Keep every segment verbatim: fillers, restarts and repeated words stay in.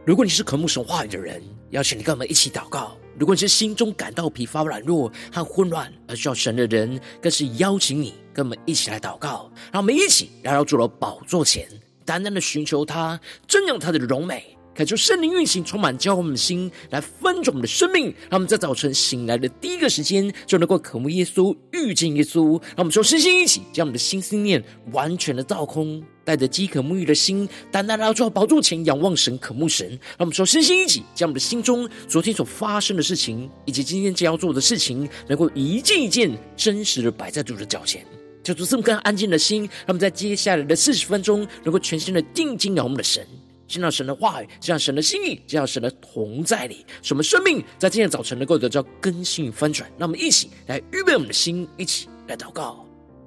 如果你是渴慕神话语的人，邀请你跟我们一起祷告。如果你是心中感到疲乏软弱和混乱而需要神的人，更是邀请你跟我们一起来祷告。让我们一起来到主的宝座前，单单的寻求他，瞻仰他的荣美，恳求圣灵运行，充满浇灌我们的心，来分盛我们的生命。让我们在早晨醒来的第一个时间，就能够渴慕耶稣，遇见耶稣。让我们说身心一起，将我们的心思念完全的倒空，带着饥渴沐浴的心，单单来到宝座前仰望神，渴慕神。让我们说身心一起，将我们的心中昨天所发生的事情，以及今天将要做的事情，能够一件一件真实的摆在主的脚前。求主赐我们更安静的心，让我们在接下来的四十分钟，能够全心的定睛仰望我们的神，见到神的话语，见到神的心意，见到神的同在里，使我们生命在今天早晨能够得到更新与翻转。让我们一起来预备我们的心，一起来祷告。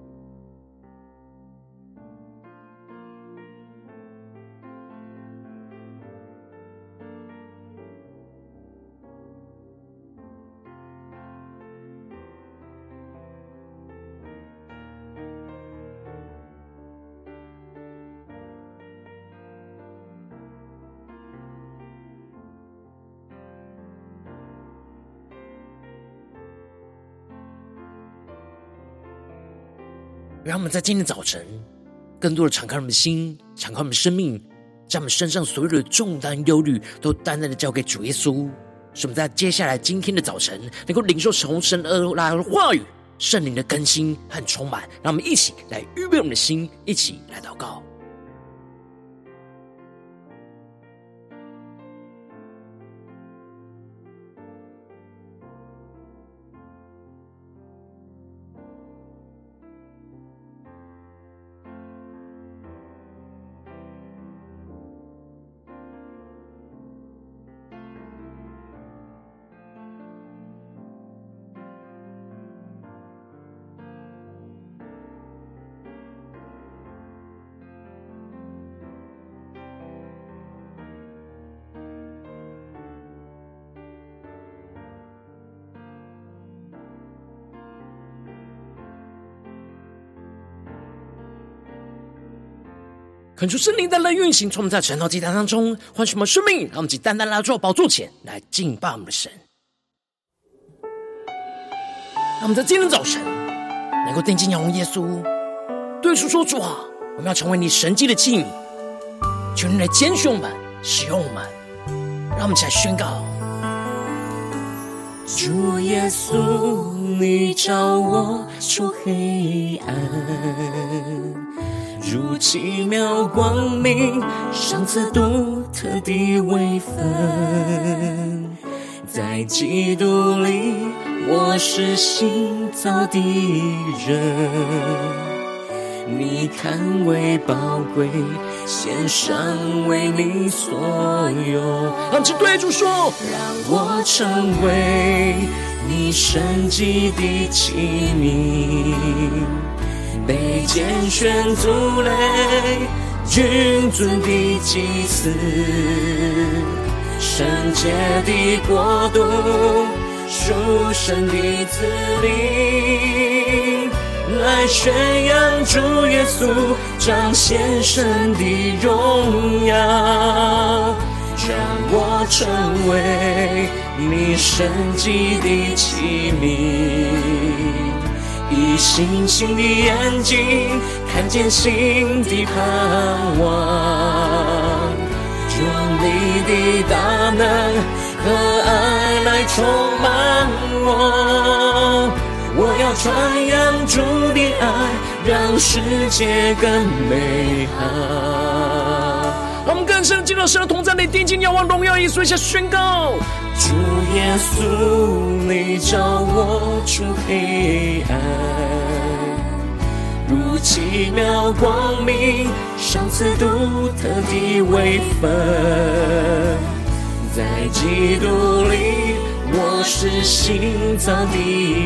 让我们在今天早晨更多的敞开我们的心，敞开我们的生命，将我们身上所有的重担忧虑都单单的交给主耶稣，使我们在接下来今天的早晨能够领受从神而来的话语，圣灵的更新和充满。让我们一起来预备我们的心，一起来祷告。恳求圣灵单单运行，从我们在晨祷祭坛当中唤醒我们生命，让我们以单单来到宝座前来敬拜我们的神。让我们在今天早晨能够定睛仰望耶稣，对主说：主啊，我们要成为你神迹的器皿，求你来拣选我们，使用我们。让我们一起来宣告： 主耶稣，你照我出黑暗，如奇妙光明，赏赐独特的微分。在基督里，我是新造的人，你看为宝贵，献上为你所有。 让我们对主说： 让我成为你神迹的器皿，被拣选族类，君尊的祭司，圣洁的国度，属神的子民，来宣扬主耶稣，彰显神的荣耀。让我成为你神迹的器皿，以星星的眼睛看见新的盼望，用你的大能和爱来充满我。我要传扬主的爱，让世界更美好。 让我们更深进入神的同在里，定睛仰望荣耀耶稣，一下宣告： 主耶稣，你照我出黑暗，如奇妙光明，赏赐独特的微分。在基督里，我是新造的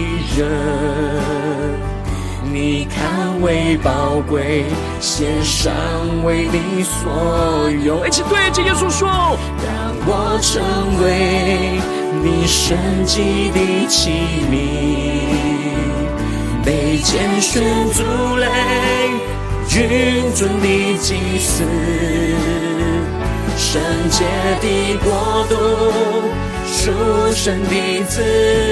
人，你看为宝贵，献上为你所有。 一起对着耶稣说： 让我成为你神迹的器皿，被拣选族类，君尊的祭司， 圣洁的国度，属神的子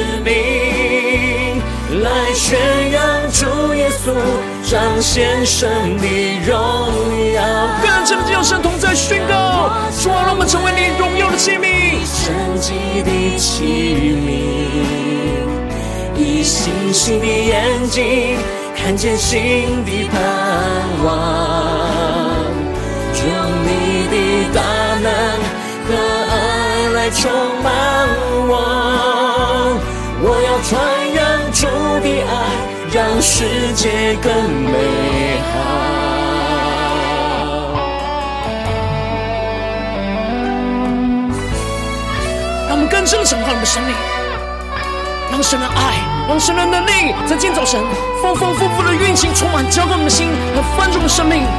民，来宣扬主耶稣彰显神的荣耀。 更深的进入神同在宣告，主啊，让我们成为你荣耀的器皿， 神迹的器皿，以星星的眼睛看见新的盼望，用你的大能和爱来充满我。我要传扬主的爱，让世界更美好。 让我们更深的敞开我们的生命，让神的爱，让神的能力在今天早晨丰丰富富的运行，充满浇灌我们的心和翻转我们的生命。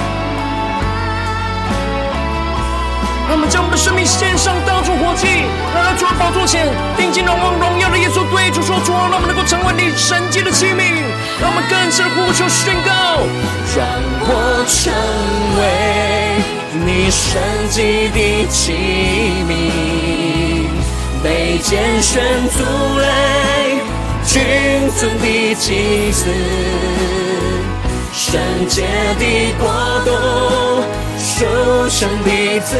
让我们将我们的生命献上，当作活祭，来到主的宝座前，定睛仰望荣耀的耶稣，对主说：主啊，让我们能够成为你神迹的器皿。让我们更深的呼求宣告， 让我成为你神迹的器皿，被拣选族类，君尊的祭司，圣洁的国度，属神的子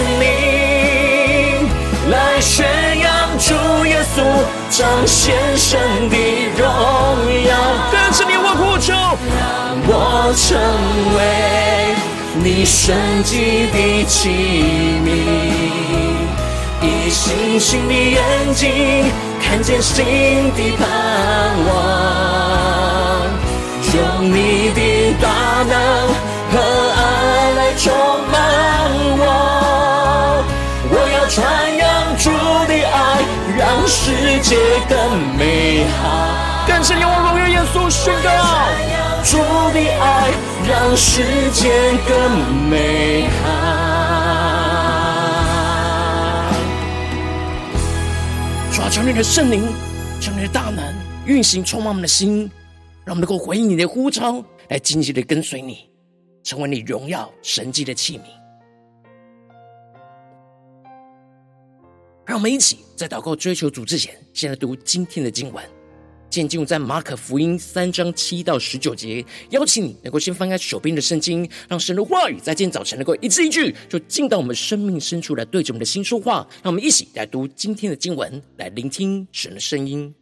民，来宣扬主耶稣彰显神的荣耀。 更深的仰望呼求， 让我成为你神迹的器皿，以星星的眼睛看见新的盼望，用你的大能和爱来充满我。我要传扬主的爱，让世界更美好。 更深仰望荣耀耶稣，宣告主的爱，让世界更美好。 主啊，求你的圣灵，求你的大能运行充满我们的心，让我们能够回应你的呼召，来紧紧的跟随你，成为你荣耀神迹的器皿。让我们一起在祷告追求主之前，先来读今天的经文。今天进入在马可福音三章七到十九节，邀请你能够先翻开手边的圣经，让神的话语在今天早晨能够一字一句就进到我们生命深处，来对着我们的心说话。让我们一起来读今天的经文，来聆听神的声音。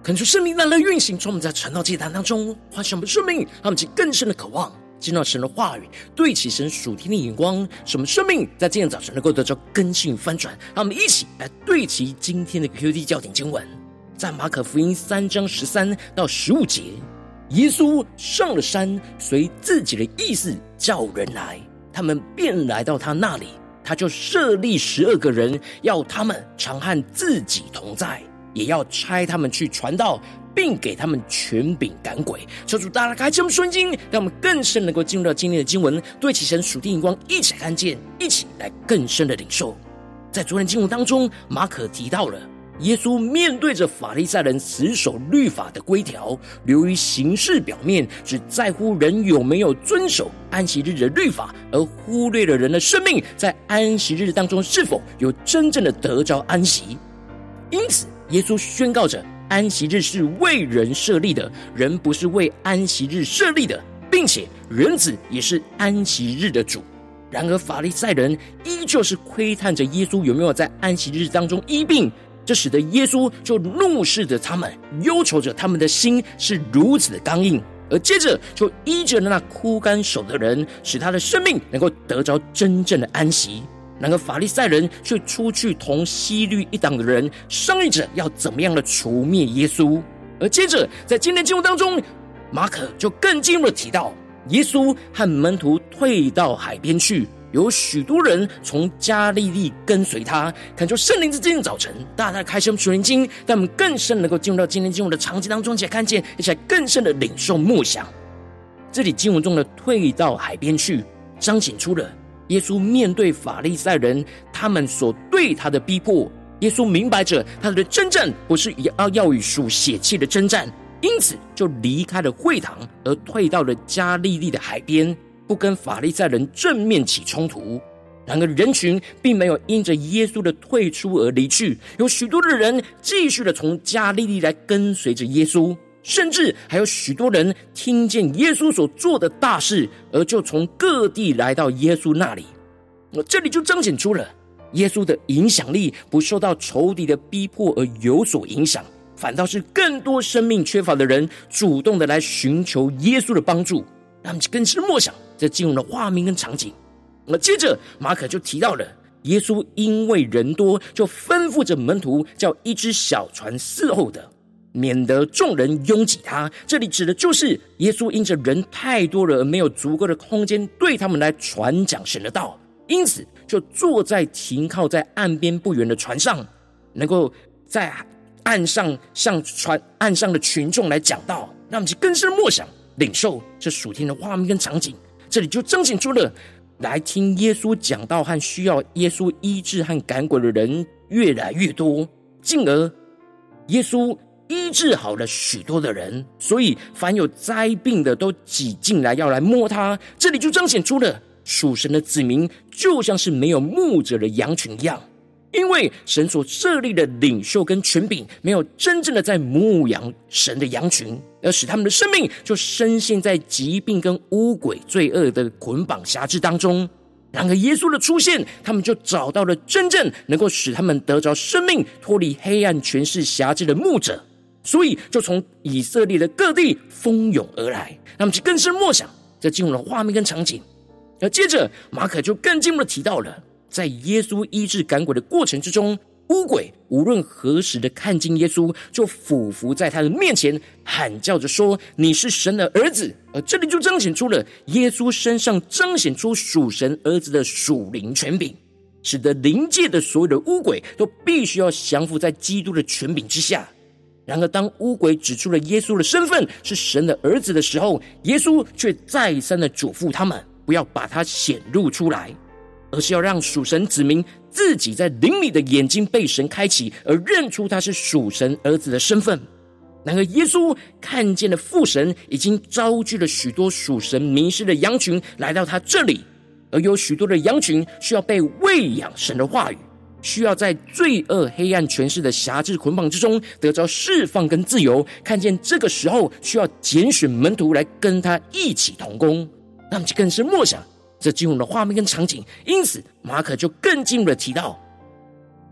恳求生命让它运行，从我们在传道祭坛当中唤醒我们的生命，让我们起更深的渴望见到神的话语，对齐神属天的眼光，使我们生命在今天早晨能够得到更新翻转。让我们一起来对齐今天的 Q T 教典经文，在马可福音三章十三到十五节，耶稣上了山，随自己的意思叫人来，他们便来到他那里，他就设立十二个人，要他们常和自己同在，也要差他们去传道，并给他们权柄赶鬼。求主大家开启我们顺经，让我们更深能够进入到今天的经文，对齐神属天眼光，一起来看见，一起来更深的领受。在昨天经文当中，马可提到了耶稣面对着法利赛人死守律法的规条，流于形式表面，只在乎人有没有遵守安息日的律法，而忽略了人的生命在安息日当中是否有真正的得着安息。因此耶稣宣告着，安息日是为人设立的，人不是为安息日设立的，并且人子也是安息日的主。然而法利赛人依旧是窥探着耶稣有没有在安息日当中医病，这使得耶稣就怒视着他们，忧愁着他们的心是如此的刚硬，而接着就依着那枯干手的人，使他的生命能够得着真正的安息。然而法利赛人却出去同希律一党的人商议着要怎么样的除灭耶稣。而接着在今天经文当中，马可就更进一步的提到，耶稣和门徒退到海边去，有许多人从加利利跟随他。恳求圣灵在今天早晨大大开启我们属灵经，让我们更深能够进入到今天经文的场景当中，一起来看见，一起来更深的领受默想。这里经文中的退到海边去，彰显出了耶稣面对法利赛人他们所对他的逼迫，耶稣明白着他的征战不是要要与属血气的征战，因此就离开了会堂，而退到了加利利的海边，不跟法利赛人正面起冲突。然而人群并没有因着耶稣的退出而离去，有许多的人继续的从加利利来跟随着耶稣，甚至还有许多人听见耶稣所做的大事，而就从各地来到耶稣那里。这里就彰显出了耶稣的影响力不受到仇敌的逼迫而有所影响，反倒是更多生命缺乏的人主动的来寻求耶稣的帮助。让我们更深默想这经文的画面跟场景。而接着马可就提到了耶稣因为人多，就吩咐着门徒叫一只小船伺候的，免得众人拥挤他。这里指的就是耶稣因着人太多了而没有足够的空间对他们来传讲神的道，因此就坐在停靠在岸边不远的船上，能够在岸上向船岸上的群众来讲道。让我们更深默想领受这属天的画面跟场景。这里就彰显出了来听耶稣讲道和需要耶稣医治和赶鬼的人越来越多，进而耶稣医治好了许多的人，所以凡有灾病的都挤进来要来摸他。这里就彰显出了属神的子民就像是没有牧者的羊群一样，因为神所设立的领袖跟权柄没有真正的在牧养神的羊群，而使他们的生命就深陷在疾病跟污鬼罪恶的捆绑辖制当中。然而耶稣的出现，他们就找到了真正能够使他们得着生命脱离黑暗权势辖制的牧者，所以就从以色列的各地蜂拥而来。让我们去更深默想这经文的画面跟场景。而接着马可就更进一步的提到了，在耶稣医治赶鬼的过程之中，污鬼无论何时的看见耶稣，就俯伏在他的面前喊叫着说，你是神的儿子。而这里就彰显出了耶稣身上彰显出属神儿子的属灵权柄，使得灵界的所有的污鬼都必须要降服在基督的权柄之下。然而当污鬼指出了耶稣的身份是神的儿子的时候，耶稣却再三的嘱咐他们不要把它显露出来，而是要让属神子民自己在灵里的眼睛被神开启，而认出他是属神儿子的身份。然而耶稣看见了父神已经招聚了许多属神迷失的羊群来到他这里，而有许多的羊群需要被喂养神的话语，需要在罪恶黑暗权势的辖制捆绑之中得着释放跟自由。看见这个时候需要拣选门徒来跟他一起同工，那么就更是默想这经文的画面跟场景。因此马可就更进一步的提到，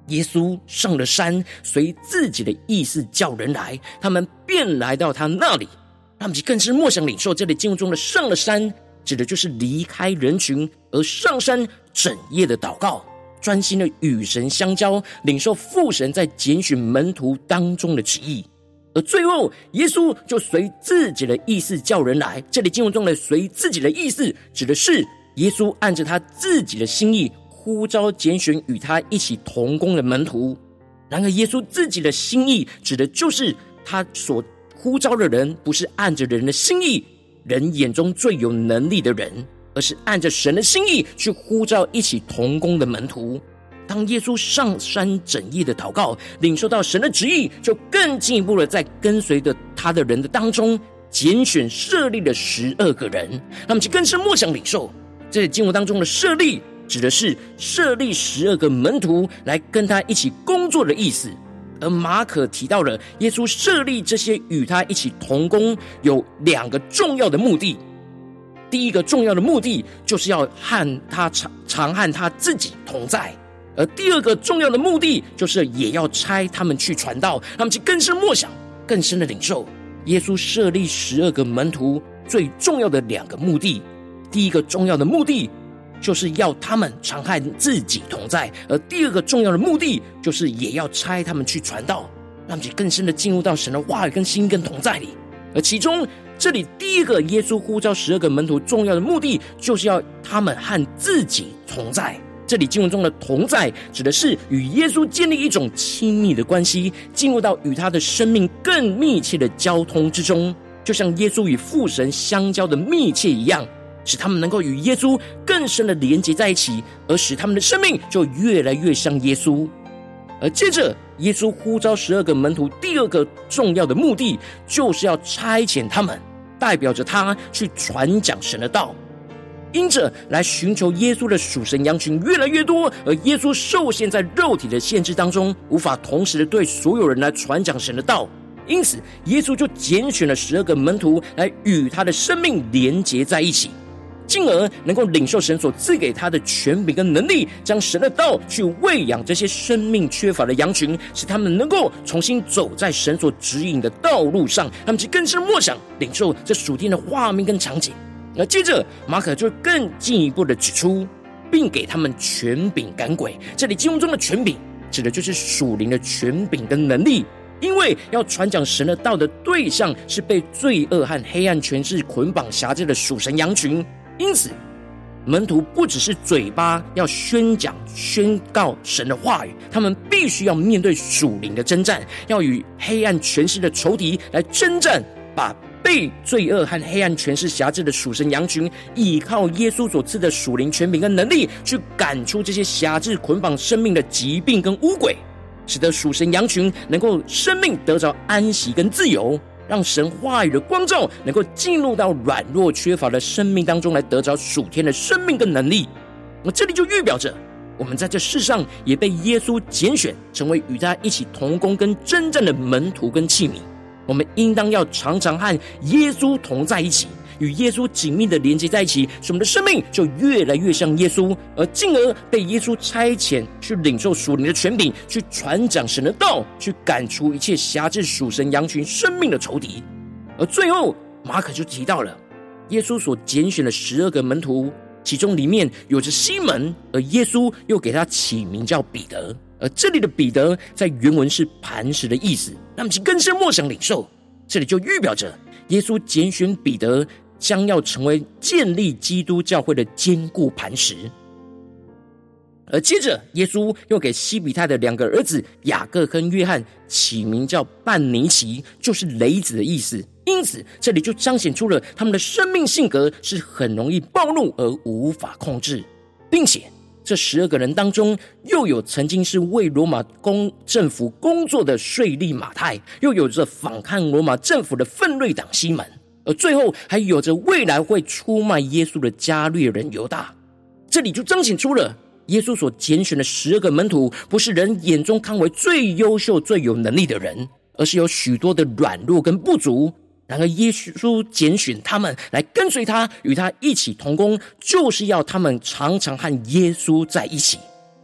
耶稣上了山，随自己的意思叫人来，他们便来到他那里。他们更是默想领受这里经文中的上了山，指的就是离开人群，而上山整夜的祷告，专心的与神相交，领受父神在拣选门徒当中的旨意。而最后耶稣就随自己的意思叫人来，这里经文中的随自己的意思指的是耶稣按着他自己的心意呼召拣选与他一起同工的门徒。然而耶稣自己的心意指的就是他所呼召的人不是按着人的心意，人眼中最有能力的人，而是按着神的心意去呼召一起同工的门徒。当耶稣上山整夜的祷告，领受到神的旨意，就更进一步的在跟随着他的人的当中拣选设立了十二个人。他们就更是默想领受这里经文当中的设立，指的是设立十二个门徒来跟他一起工作的意思。而马可提到了耶稣设立这些与他一起同工有两个重要的目的。第一个重要的目的就是要和他常常和他自己同在，而第二个重要的目的就是也要差他们去传道。他们就更深默想，更深的领受耶稣设立十二个门徒最重要的两个目的。第一个重要的目的就是要他们常和自己同在，而第二个重要的目的就是也要差他们去传道，让他们更深的进入到神的话语跟心跟同在里。而其中这里第一个耶稣呼召十二个门徒重要的目的，就是要他们和自己同在。这里经文中的同在指的是与耶稣建立一种亲密的关系，进入到与他的生命更密切的交通之中，就像耶稣与父神相交的密切一样，使他们能够与耶稣更深的连结在一起，而使他们的生命就越来越像耶稣。而接着耶稣呼召十二个门徒第二个重要的目的，就是要差遣他们，代表着他去传讲神的道。因着来寻求耶稣的属神羊群越来越多，而耶稣受限在肉体的限制当中，无法同时的对所有人来传讲神的道，因此耶稣就拣选了十二个门徒来与他的生命连结在一起，进而能够领受神所赐给他的权柄跟能力，将神的道去喂养这些生命缺乏的羊群，使他们能够重新走在神所指引的道路上。他们就更深默想领受这属天的画面跟场景。而接着马可就更进一步的指出，并给他们权柄赶鬼。这里经文中的权柄指的就是属灵的权柄跟能力，因为要传讲神的道的对象是被罪恶和黑暗权势捆绑辖制的属神羊群，因此门徒不只是嘴巴要宣讲宣告神的话语，他们必须要面对属灵的征战，要与黑暗权势的仇敌来征战，把被罪恶和黑暗权势辖制的属神羊群，依靠耶稣所赐的属灵权柄跟能力，去赶出这些辖制捆绑生命的疾病跟污鬼，使得属神羊群能够生命得着安息跟自由，让神话语的光照能够进入到软弱缺乏的生命当中，来得着属天的生命跟能力。那这里就预表着我们在这世上也被耶稣拣选，成为与他一起同工跟征战的门徒跟器皿。我们应当要常常和耶稣同在一起，与耶稣紧密的连接在一起，使我们的生命就越来越像耶稣，而进而被耶稣差遣去领受属灵的权柄，去传讲神的道，去赶出一切辖制属神羊群生命的仇敌。而最后马可就提到了耶稣所拣选的十二个门徒，其中里面有着西门，而耶稣又给他起名叫彼得。而这里的彼得在原文是磐石的意思，那么请更深默想领受，这里就预表着耶稣拣选彼得将要成为建立基督教会的坚固磐石。而接着耶稣又给西比泰的两个儿子雅各跟约翰起名叫半尼奇，就是雷子的意思。因此这里就彰显出了他们的生命性格是很容易暴怒而无法控制，并且这十二个人当中，又有曾经是为罗马公政府工作的税吏马太，又有着反抗罗马政府的奋锐党西门，而最后还有着未来会出卖耶稣的加略人犹大。这里就彰显出了耶稣所拣选的十二个门徒，不是人眼中看为最优秀最有能力的人，而是有许多的软弱跟不足。然而耶稣拣选他们来跟随他，与他一起同工，就是要他们常常和耶稣在一起。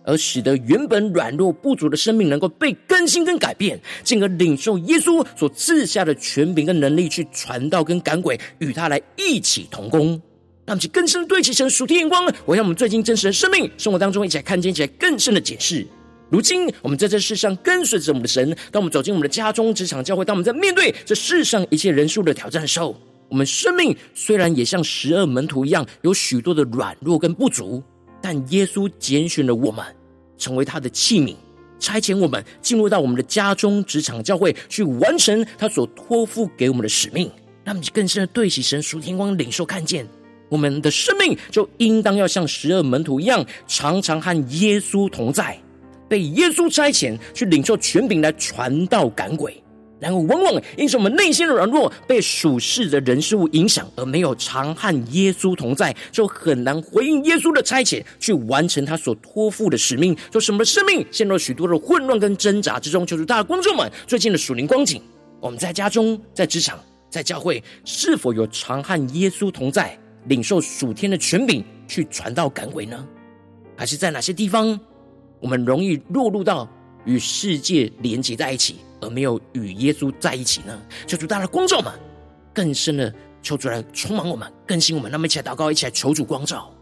而使得原本软弱不足的生命能够被更新跟改变，进而领受耶稣所赐下的权柄跟能力，去传道跟赶鬼，与他来一起同工。让我们更深的对齐神属天眼光，我让我们最近真实的生命生活当中一起来看见，一起来更深的解释。如今我们在这世上跟随着我们的神，当我们走进我们的家中、职场、教会，当我们在面对这世上一切人数的挑战的时候，我们生命虽然也像十二门徒一样，有许多的软弱跟不足，但耶稣拣选了我们成为他的器皿，差遣我们进入到我们的家中、职场、教会，去完成他所托付给我们的使命。让我们更深的对齐神属天光领受看见，我们的生命就应当要像十二门徒一样，常常和耶稣同在，被耶稣差遣去领受权柄来传道赶鬼。然而往往因是我们内心的软弱，被属世的人事物影响，而没有常和耶稣同在，就很难回应耶稣的差遣，去完成他所托付的使命，就使我们的生命陷入了许多的混乱跟挣扎之中。求主大家观众们最近的属灵光景，我们在家中、在职场、在教会，是否有常和耶稣同在，领受属天的权柄去传道赶鬼呢？还是在哪些地方我们容易落入到与世界连结在一起，而没有与耶稣在一起呢？求主大家光照们更深的求主来充满我们，更新我们。那么一起来祷告，一起来求主光照。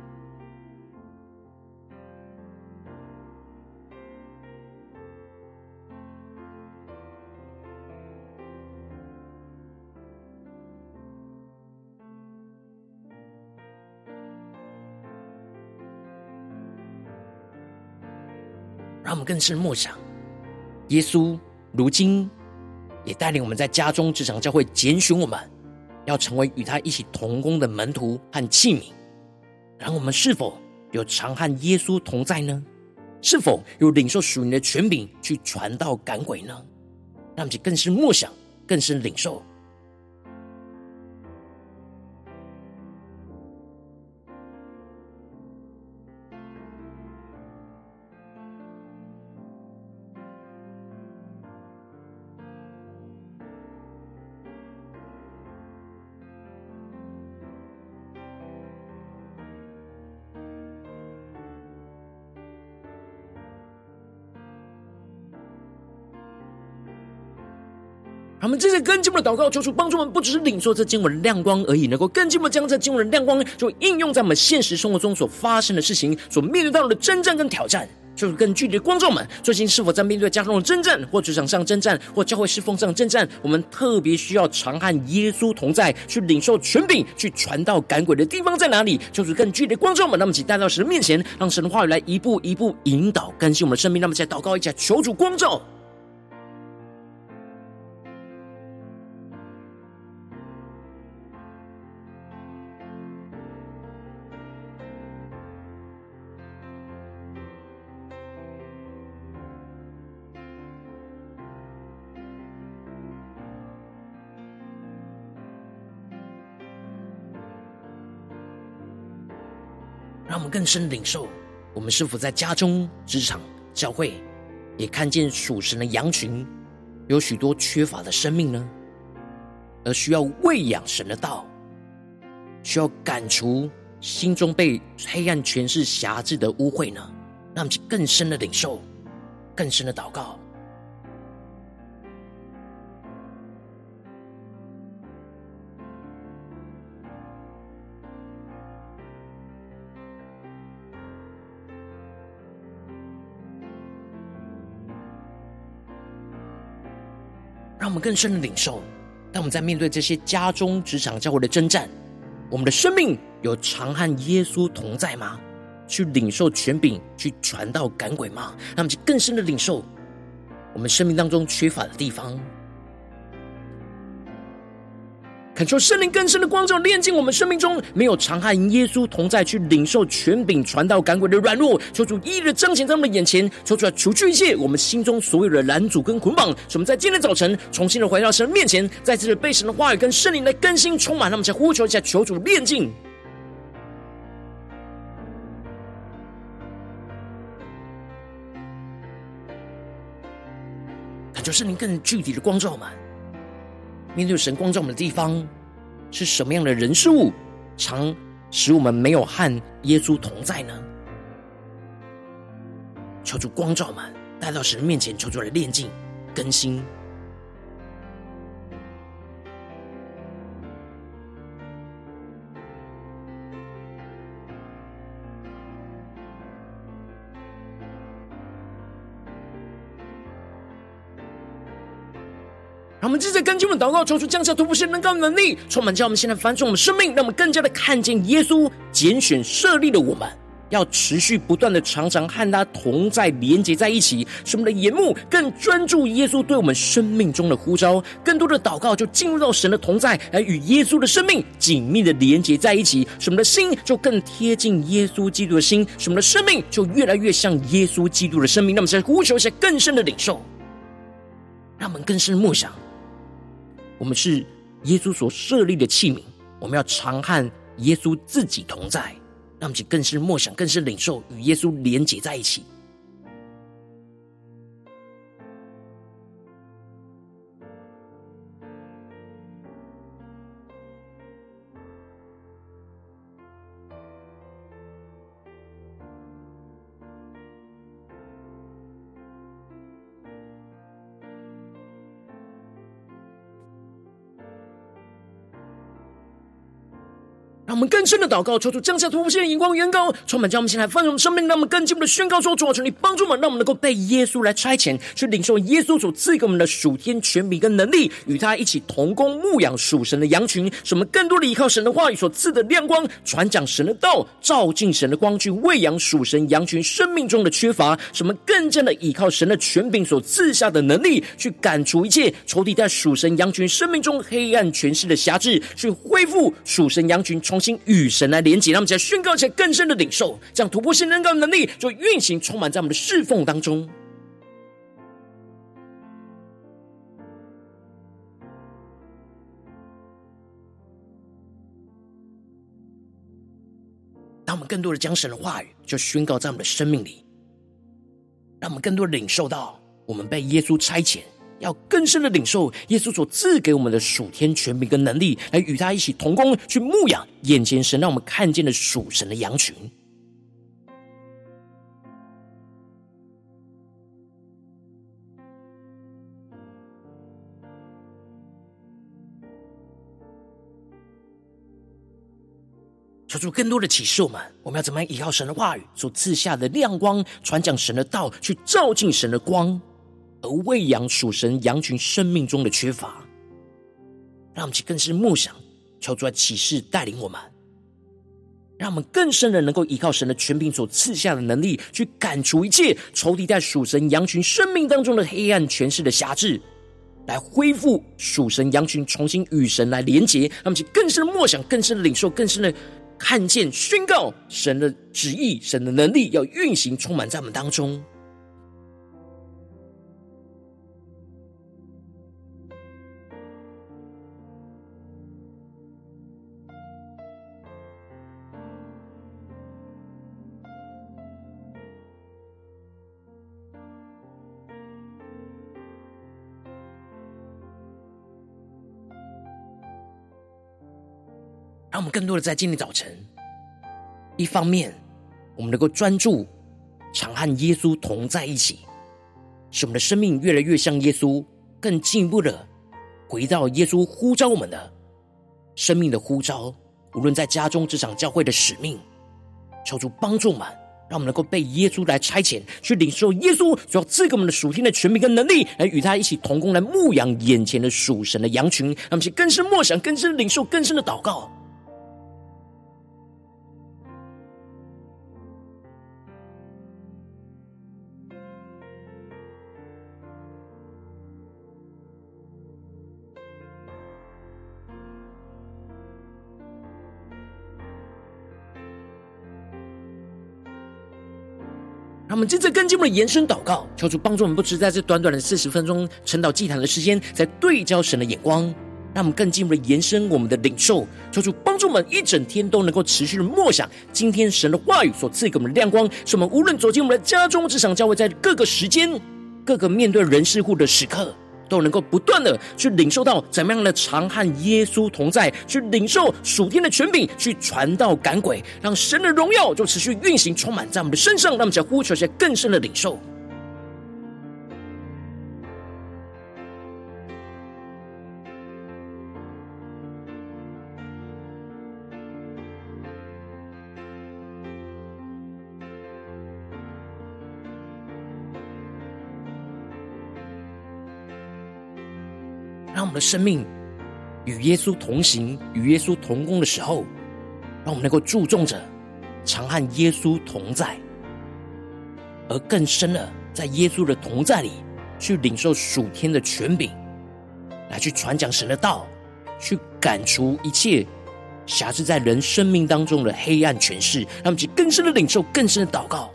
让我们更深默想，耶稣如今也带领我们在家中、职场、教会，拣选我们要成为与他一起同工的门徒和器皿。然后我们是否有常和耶稣同在呢？是否有领受属灵的权柄去传道赶鬼呢？让我们更深默想，更深领受。让我们接着更进一步的祷告，求主帮助我们，不只是领受这经文的亮光而已，能够更进一步将这经文的亮光就应用在我们现实生活中所发生的事情，所面对到的征战跟挑战。就是更具体的光照们，最近是否在面对家中的征战，或职场上征战，或教会侍奉上征战，我们特别需要常和耶稣同在，去领受权柄，去传道赶鬼的地方在哪里？就是更具体的光照们，那么请带到神的面前，让神的话语来一步一步引导更新我们的生命。那么在祷告一下，求主光照。让我们更深领受，我们是否在家中、职场、教会，也看见属神的羊群有许多缺乏的生命呢？而需要喂养神的道，需要赶除心中被黑暗权势辖制的污秽呢？让我们更深的领受，更深的祷告。让我们更深的领受，当我们在面对这些家中、职场、教会的征战，我们的生命有常和耶稣同在吗？去领受权柄，去传道赶鬼吗？让我们更深的领受我们生命当中缺乏的地方，恳求圣灵更深的光照炼净我们生命中没有常和耶稣同在，去领受权柄传道赶鬼的软弱。求主一一的彰显在我们的眼前，求主来除去一切我们心中所有的拦阻跟捆绑，使我们在今天早晨重新的回到神面前，再次的被神的话语跟圣灵的更新充满。让我们再呼求一下，求主炼净。恳求圣灵更具体的光照我们，面对神光照我们的地方是什么样的人事物，常使我们没有和耶稣同在呢？ 求主光照们，带到神面前，求主来炼净更新。让我们接着跟进我们祷告，求主降下突破性能高能力，充满将我们现在翻转我们生命，让我们更加的看见耶稣拣选设立的我们，要持续不断的常常和他同在连结在一起，使我们的眼目更专注耶稣对我们生命中的呼召，更多的祷告就进入到神的同在，来与耶稣的生命紧密的连结在一起，使我们的心就更贴近耶稣基督的心，使我们的生命就越来越像耶稣基督的生命。让我们再呼求一下更深的领受，让我们更深的默想，我们是耶稣所设立的器皿，我们要常和耶稣自己同在，让我们更是默想，更是领受，与耶稣连结在一起。让我们更深的祷告，求主降下突破性的眼光远高，充满将我们现在丰盛的生命，让我们更进一步的宣告说：主啊，求你帮助我们，让我们能够被耶稣来差遣，去领受耶稣所赐给我们的属天权柄跟能力，与他一起同工牧养属神的羊群，使我们更多的依靠神的话语所赐的亮光，传讲神的道，照进神的光，去喂养属神羊群生命中的缺乏，使我们更加的依靠神的权柄所赐下的能力，去赶除一切仇敌在属神羊群生命中黑暗权势的辖制，去恢复属神羊群重新与神来连结。让我们再宣告起来更深的领受，这样突破性能高的能力就运行充满在我们的侍奉当中。当我们更多的将神的话语就宣告在我们的生命里，让我们更多的领受到我们被耶稣差遣，要更深的领受耶稣所赐给我们的属天权柄跟能力，来与他一起同工，去牧养眼前神让我们看见的属神的羊群。求主更多的启示我们，我们要怎么样依靠神的话语所赐下的亮光，传讲神的道，去照进神的光，而喂养属神羊群生命中的缺乏。让我们更是默想，求主来启示带领我们，让我们更深的能够依靠神的权柄所赐下的能力，去赶除一切仇敌在属神羊群生命当中的黑暗权势的辖制，来恢复属神羊群重新与神来连结。让我们更深的默想，更深的领受，更深的看见宣告神的旨意，神的能力要运行充满在我们当中。让我们更多的在今天早晨，一方面我们能够专注常和耶稣同在一起，使我们的生命越来越像耶稣，更进一步的回到耶稣呼召我们的生命的呼召，无论在家中职场教会的使命，求主帮助我们，让我们能够被耶稣来差遣，去领受耶稣所要赐给我们的属天的权柄跟能力，来与他一起同工，来牧养眼前的属神的羊群。让我们更深默想，更深领受，更深的祷告。让我们接着更进一步的延伸祷告，求主帮助我们不只在这短短的四十分钟晨祷祭坛的时间，在对焦神的眼光，让我们更进一步的延伸我们的领受，求主帮助我们一整天都能够持续的默想今天神的话语所赐给我们的亮光，使我们无论走进我们的家中职场教会，在各个时间各个面对人事物的时刻， 都能够不断的去领受到怎么样的常和耶稣同在，去领受属天的权柄，去传道赶鬼，让神的荣耀就持续运行充满在我们的身上。让我们再呼求一些更深的领受。让我们的生命与耶稣同行，与耶稣同工的时候，让我们能够注重着常和耶稣同在，而更深的在耶稣的同在里去领受属天的权柄，来去传讲神的道，去赶除一切辖制在人生命当中的黑暗权势。让我们去更深的领受，更深的祷告。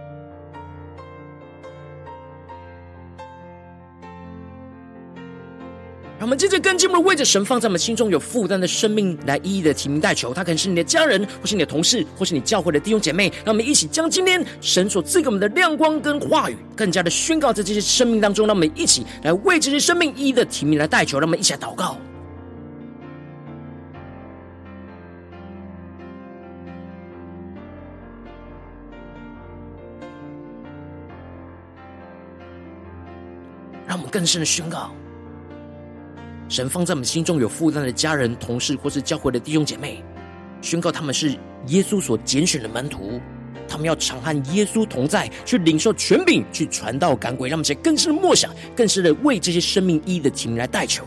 让我们接着跟进我们的为着神放在我们心中有负担的生命来一一的提名代求。他可能是你的家人，或是你的同事，或是你教会的弟兄姐妹。让我们一起将今天神所赐给我们的亮光跟话语更加的宣告在这些生命当中。让我们一起来为这些生命一一的提名来代求。让我们一起来祷告。让我们更深的宣告，神放在我们心中有负担的家人、同事或是教会的弟兄姐妹，宣告他们是耶稣所拣选的门徒，他们要常和耶稣同在，去领受权柄，去传道赶鬼。让我们在更深的默想，更深的为这些生命一一的提名来代求。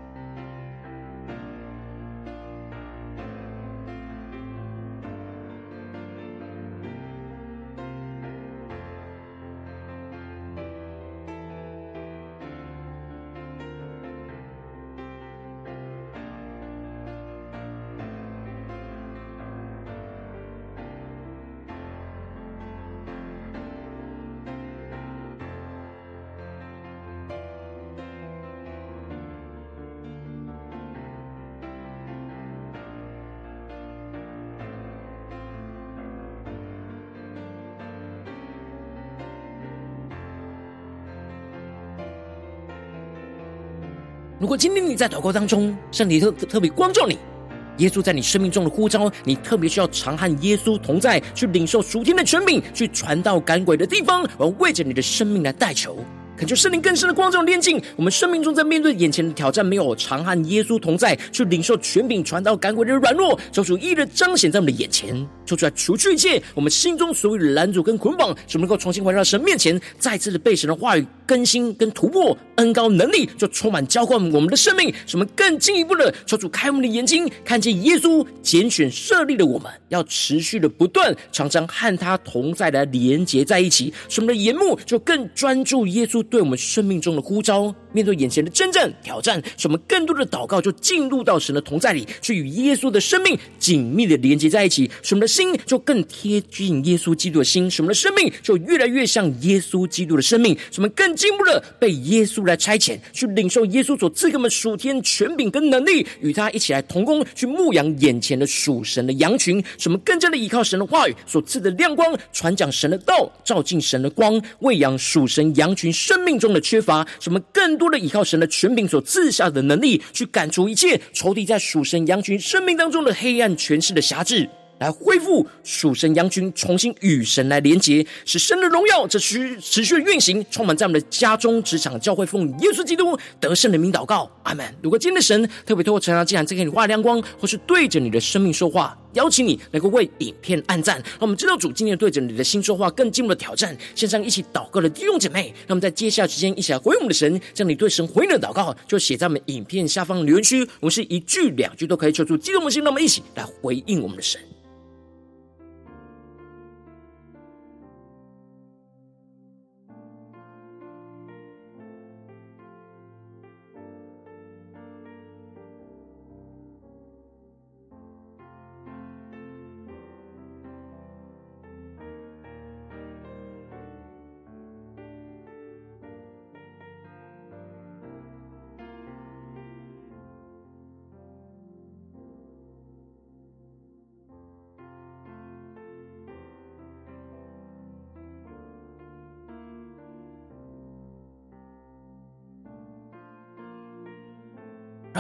如果今天你在祷告当中，圣灵特特别光照你，耶稣在你生命中的呼召，你特别需要常和耶稣同在，去领受属天的权柄，去传道赶鬼的地方，我要为着你的生命来代求。恳求圣灵更深的光照炼净我们生命中在面对眼前的挑战，没有常和耶稣同在，去领受权柄传道赶鬼的软弱，求主一一的彰显在我们的眼前，求主来除去一切我们心中所有的拦阻跟捆绑，使我们能够重新回到神面前，再次的被神的话语更新跟突破，恩膏能力就充满浇灌我们的生命，使我们更进一步的求主开我们的眼睛，看见耶稣拣选设立的我们，要持续的不断常常和他同在的连结在一起，使我们的眼目就更专注耶稣对我们生命中的呼召，面对眼前的征战挑战，使我们更多的祷告就进入到神的同在里，去与耶稣的生命紧密的连接在一起，使我们的心就更贴近耶稣基督的心，使我们的生命就越来越像耶稣基督的生命，使我们更进一步的被耶稣来差遣，去领受耶稣所赐给我们属天权柄跟能力，与他一起来同工，去牧养眼前的属神的羊群，使我们更加的依靠神的话语所赐的亮光，传讲神的道，照进神的光，喂养属神羊群生命中的缺乏，使我们更多的依靠神的权柄所赐下的能力，去赶除一切仇敌在属神羊群生命当中的黑暗权势的辖制，来恢复属神羊群重新与神来连结，使神的荣耀这持持续运行，充满在我们的家中、职场、教会，奉耶稣基督得胜的名祷告，阿们。如果今天的神特别透过晨祷祭坛再给你画亮光，或是对着你的生命说话，邀请你能够为影片按赞，让我们知道主今天对着你的心说话，更进一步的挑战。线上一起祷告的弟兄姐妹，让我们在接下来时间一起来回应我们的神，将你对神回应的祷告就写在我们影片下方留言区，我们是一句两句都可以求助激动我们的心，让我们一起来回应我们的神。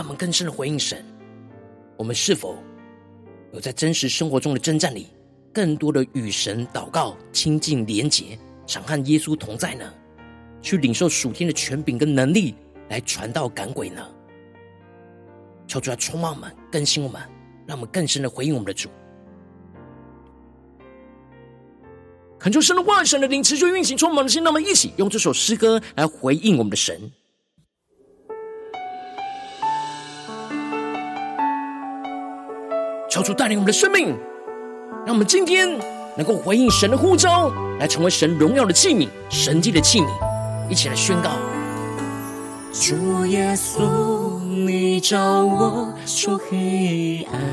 让我们更深的回应神。我们是否有在真实生活中的征战里，更多的与神祷告、亲近连结，常和耶稣同在呢？去领受属天的权柄跟能力，来传道赶鬼呢？求主来充满我们，更新我们，让我们更深的回应我们的主。恳求神的话语、神的灵持续运行充满我们的心，让我们一起用这首诗歌来回应我们的神。求主带领我们的生命，让我们今天能够回应神的呼召，来成为神荣耀的器皿、神迹的器皿。一起来宣告： 主耶稣，你照我出黑暗，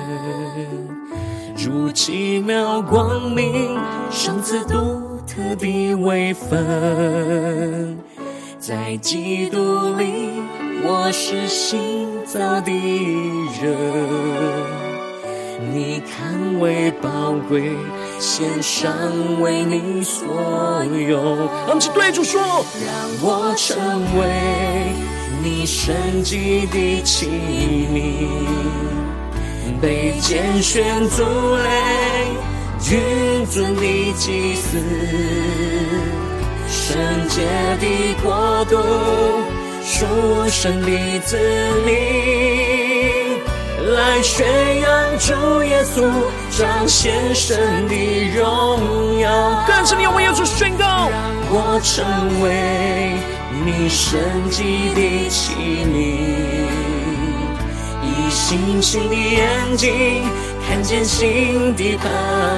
如奇妙光明，赏赐独特的微分。在基督里，我是新造的人。你看为宝贵，献上为你所有。 让我们一起对主说： 让我成为你神迹的器皿，被拣选族类，君尊的祭司，圣洁的国度，属神的子民，来宣扬主耶稣，彰显神的荣耀。 更是你用我耶稣宣告， 让我成为你神迹的器皿，以星星的眼睛看见新的盼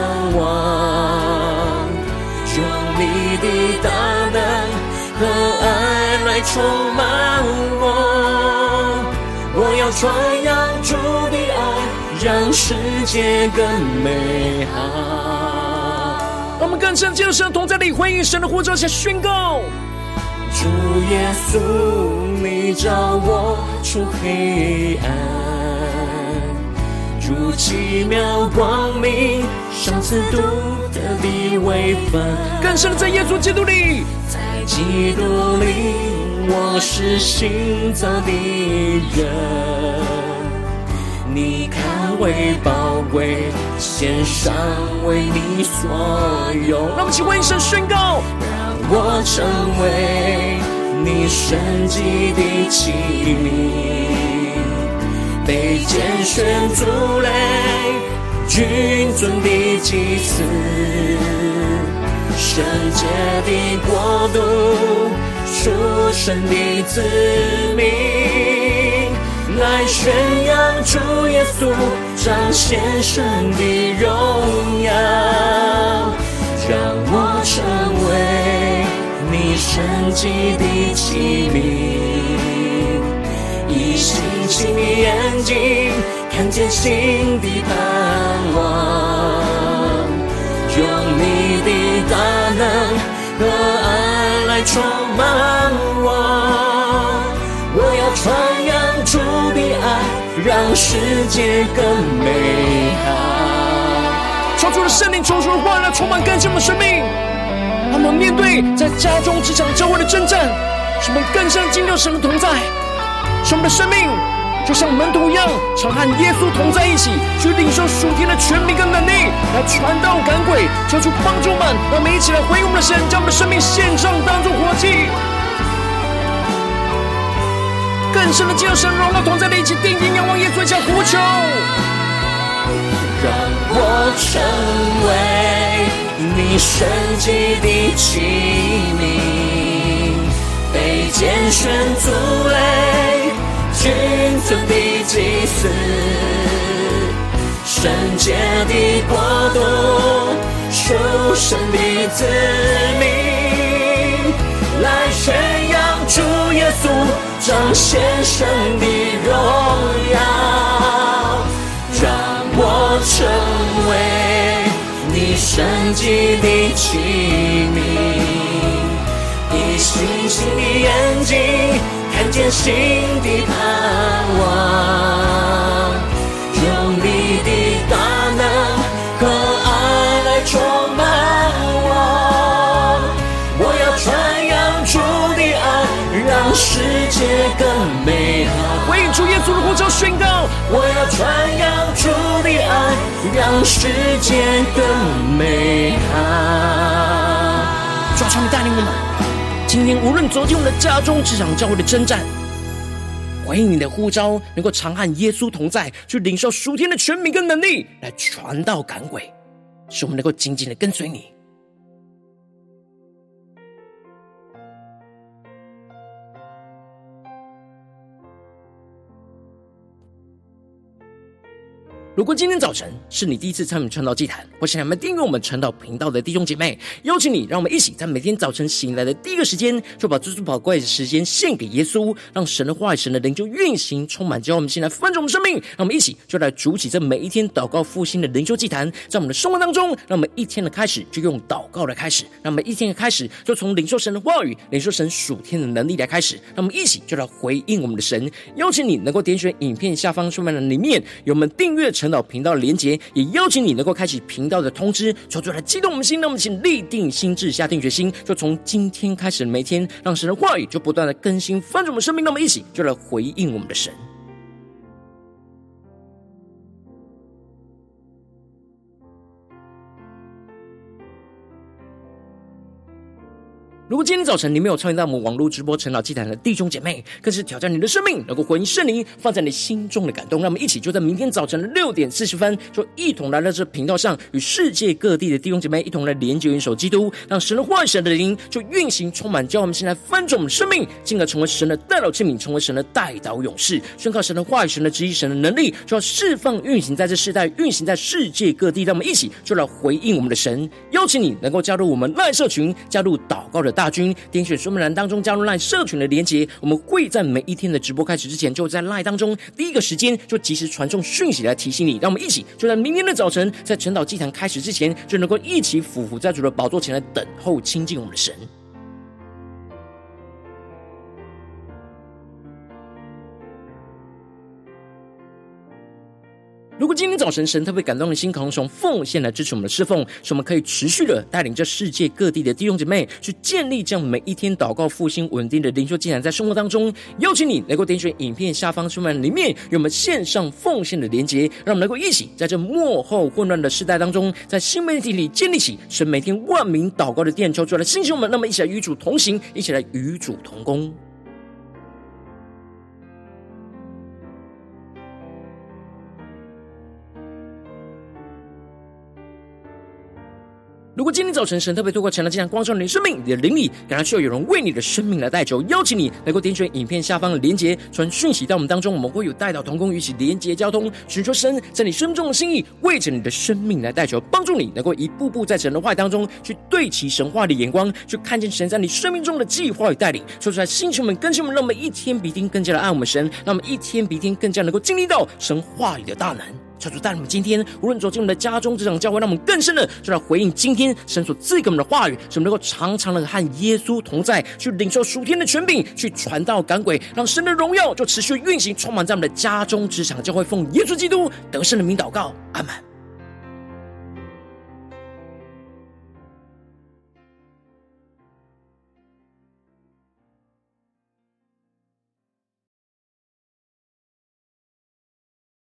望，用你的大能和爱来充满我。我要传扬主的爱，让世界更美好。 让我们更深进入神的同在里，回应神的呼召，下宣告： 主耶稣，你照我出黑暗，如奇妙光明，赏赐独特的微分。 更深的在耶稣基督里， 在基督里，我是新造的人。你看为宝贵，献上为你所有。 让我们一起为神宣告： 让我成为你神迹的器皿，被拣选族类，君尊的祭司，圣洁的国度，属神的子民，来宣扬主耶稣，彰显神的荣耀。让我成为你神迹的器皿，以星星的眼睛看见新的盼望，用你的大能和爱来充满我。我要传扬主的爱，让世界更美好。 求主的圣灵、求主的话来充满更新我们的生命，让我们面对在家中、职场、教会的征战，使我们更深经历神的同在，使我们的生命就像门徒一样，常和耶稣同在一起，去领受属天的权柄跟能力，来传道赶鬼。求主帮助我们，让我们一起来回应我们的神，将我们的生命献上，当作活祭。更深的进入神荣耀同在的一起，定睛仰望耶稣，向呼求。 让我成为你神迹的器皿，被拣选族类，君尊的祭司，圣洁的国度，属神的子民，来宣扬主耶稣，彰显神的荣耀。让我成为你神迹的器皿，以星星的眼睛看见新的盼望，用你的大能和爱来充满我。我要传扬主的爱，让世界更美好。 回应主耶稣稣的呼召宣告， 我要传扬主的爱，让世界更美好。 主啊，求你带领我们，今天无论走进我们的家中、职场、教会的征战，回应你的呼召，能够常和耶稣同在，去领受属天的权柄跟能力，来传道赶鬼，使我们能够紧紧的跟随你。如果今天早晨是你第一次参与传道祭坛，或是你们订阅我们传道频道的弟兄姐妹，邀请你，让我们一起在每天早晨醒来的第一个时间，就把最宝贵的时间献给耶稣，让神的话语、神的灵就运行充满，教我们现在翻转我们生命。让我们一起就来主起这每一天祷告复兴的灵修祭坛，在我们的生活当中，让我们一天的开始就用祷告来开始，让我们一天的开始就从领受神的话语、领受神属天的能力来开始。让我们一起就来回应我们的神。邀请你能够点选影片下方说明栏里面有我们订阅陈导频道的连结，也邀请你能够开启频道的通知，求主来激动我们心，让我们请立定心志，下定决心，就从今天开始的每一天，让神的话语就不断的更新翻转我们生命。让我们一起就来回应我们的神。如果今天早晨你没有参与到我们网络直播陈老祭坛的弟兄姐妹，更是挑战你的生命，能够回应圣灵放在你心中的感动。让我们一起就在明天早晨的六点四十分，就一同来到这频道上，与世界各地的弟兄姐妹一同来连接元首基督，让神的话语、神的灵就运行充满，教我们现在翻转我们的生命，进而成为神的代祷器皿，成为神的代祷勇士，宣告神的话语、神的旨意、神的能力，就要释放运行在这世代，运行在世界各地。让我们一起就来回应我们的神。邀请你能够加入我们LINE社群，加入祷告的大军，点选说明栏当中加入LINE社群的连结，我们会在每一天的直播开始之前，就在LINE当中第一个时间就及时传送讯息来提醒你。让我们一起就在明天的早晨，在晨祷祭坛开始之前，就能够一起俯伏在主的宝座前来等候亲近我们的神。如果今天早晨神特别感动的心，可能从奉献来支持我们的侍奉，使我们可以持续的带领这世界各地的弟兄姐妹去建立这样每一天祷告复兴稳定的灵修进展，在生活当中邀请你能够点选影片下方说明栏里面有我们线上奉献的连结，让我们能够一起在这末后混乱的时代当中，在新媒体里建立起神每天万名祷告的殿，求主来兴起我们，那么一起来与主同行，一起来与主同工。如果今天早晨神特别透过晨祷祭坛光照你的生命，你的灵里感到需要有人为你的生命来代求，邀请你能够点选影片下方的连结，传讯息到我们当中，我们会有代祷同工，与其连结交通，寻求神在你生命中的心意，为着你的生命来代求，帮助你能够一步步在神的话语当中去对齐神话的眼光，去看见神在你生命中的计划与带领，说出来星球们更新我们，让我们一天比一天更加的爱我们神，让我们一天比一天更加能够经历到神话语的大能。求主带领我们今天无论走进我们的家中、职场、教会，让我们更深的就来回应今天神所赐给我们的话语，使我们能够常常的和耶稣同在，去领受属天的权柄，去传道赶鬼，让神的荣耀就持续运行充满在我们的家中、职场、教会，奉耶稣基督得胜的名祷告，阿们。